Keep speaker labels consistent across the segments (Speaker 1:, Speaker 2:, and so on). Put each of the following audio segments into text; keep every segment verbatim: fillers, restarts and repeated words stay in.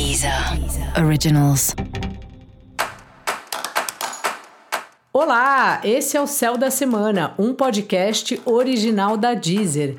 Speaker 1: Deezer Originals.
Speaker 2: Olá, esse é o Céu da Semana, um podcast original da Deezer.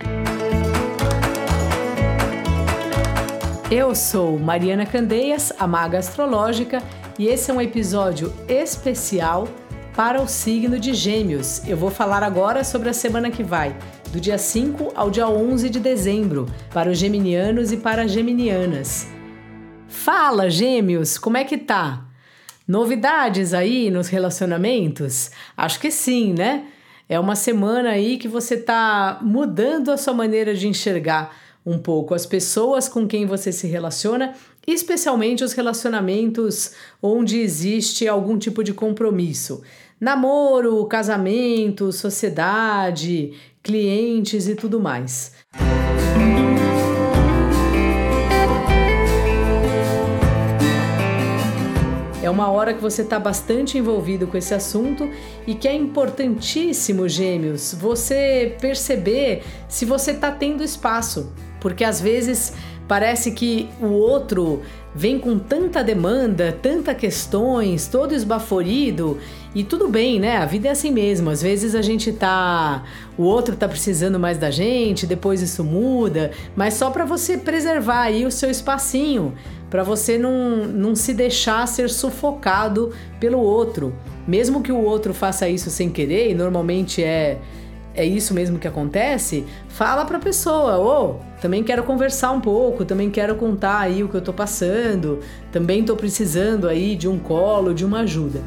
Speaker 2: Eu sou Mariana Candeias, a maga astrológica, e esse é um episódio especial para o signo de Gêmeos. Eu vou falar agora sobre a semana que vai, do dia cinco ao dia onze de dezembro, para os geminianos e para as geminianas. Fala, Gêmeos, como é que tá? Novidades aí nos relacionamentos? Acho que sim, né? É uma semana aí que você tá mudando a sua maneira de enxergar um pouco as pessoas com quem você se relaciona, especialmente os relacionamentos onde existe algum tipo de compromisso. Namoro, casamento, sociedade, clientes e tudo mais. É uma hora que você está bastante envolvido com esse assunto e que é importantíssimo, Gêmeos, você perceber se você está tendo espaço, porque às vezes parece que o outro vem com tanta demanda, tantas questões, todo esbaforido, e tudo bem, né? A vida é assim mesmo. Às vezes a gente tá... o outro tá precisando mais da gente, depois isso muda, mas só para você preservar aí o seu espacinho, para você não, não se deixar ser sufocado pelo outro. Mesmo que o outro faça isso sem querer, e normalmente é... é isso mesmo que acontece, fala pra pessoa, ô, oh, também quero conversar um pouco, também quero contar aí o que eu tô passando, também tô precisando aí de um colo, de uma ajuda.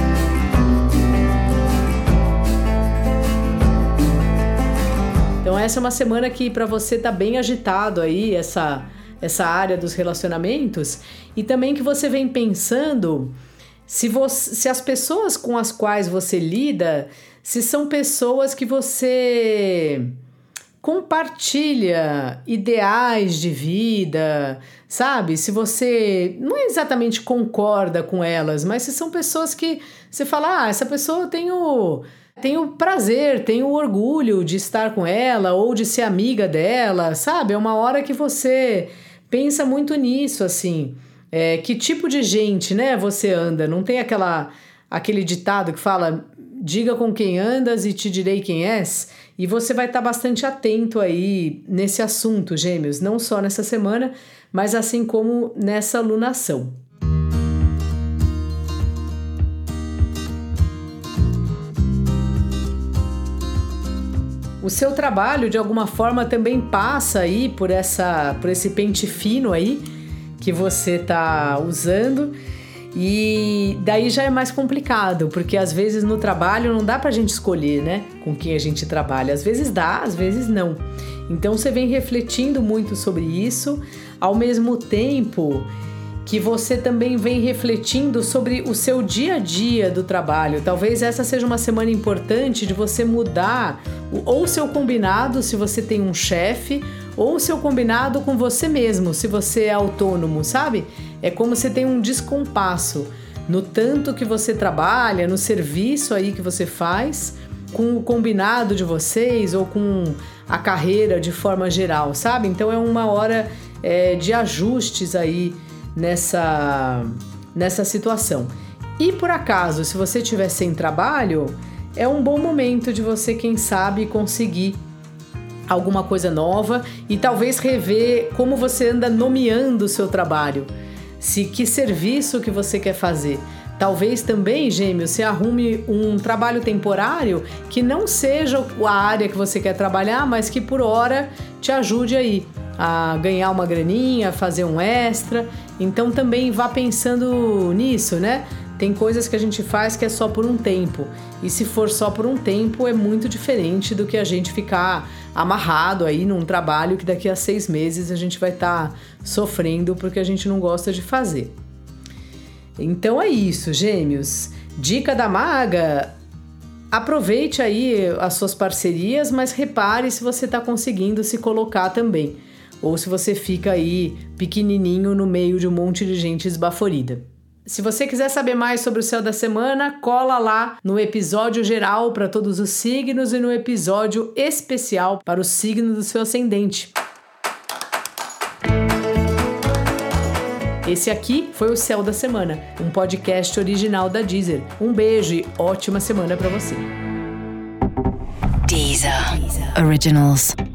Speaker 2: Então essa é uma semana que pra você tá bem agitado aí, essa, essa área dos relacionamentos, e também que você vem pensando se, você, se as pessoas com as quais você lida, se são pessoas que você compartilha ideais de vida, sabe? Se você não exatamente concorda com elas, mas se são pessoas que você fala, ah, essa pessoa eu tenho, tenho prazer, tenho orgulho de estar com ela ou de ser amiga dela, sabe? É uma hora que você pensa muito nisso, assim. É, que tipo de gente, né, você anda? Não tem aquela, aquele ditado que fala... diga com quem andas e te direi quem és, e você vai estar bastante atento aí nesse assunto, Gêmeos, não só nessa semana, mas assim como nessa lunação. O seu trabalho, de alguma forma, também passa aí por, essa, por esse pente fino aí que você está usando. E daí já é mais complicado, porque às vezes no trabalho não dá pra gente escolher, né, com quem a gente trabalha. Às vezes dá, às vezes não. Então você vem refletindo muito sobre isso, ao mesmo tempo que você também vem refletindo sobre o seu dia a dia do trabalho. Talvez essa seja uma semana importante de você mudar ou o seu combinado, se você tem um chefe, ou o seu combinado com você mesmo, se você é autônomo, sabe? É como se tem um descompasso no tanto que você trabalha, no serviço aí que você faz, com o combinado de vocês ou com a carreira de forma geral, sabe? Então é uma hora é, de ajustes aí nessa, nessa situação. E por acaso, se você estiver sem trabalho, é um bom momento de você, quem sabe, conseguir alguma coisa nova e talvez rever como você anda nomeando o seu trabalho. Se que serviço que você quer fazer. Talvez também, Gêmeos, você arrume um trabalho temporário que não seja a área que você quer trabalhar, mas que por hora te ajude aí a ganhar uma graninha, fazer um extra. Então também vá pensando nisso, né? Tem coisas que a gente faz que é só por um tempo. E se for só por um tempo, é muito diferente do que a gente ficar amarrado aí num trabalho que daqui a seis meses a gente vai estar tá sofrendo porque a gente não gosta de fazer. Então é isso, Gêmeos. Dica da maga: aproveite aí as suas parcerias, mas repare se você está conseguindo se colocar também. Ou se você fica aí pequenininho no meio de um monte de gente esbaforida. Se você quiser saber mais sobre o céu da semana, cola lá no episódio geral para todos os signos e no episódio especial para o signo do seu ascendente. Esse aqui foi o Céu da Semana, um podcast original da Deezer. Um beijo e ótima semana para você.
Speaker 1: Deezer. Originals.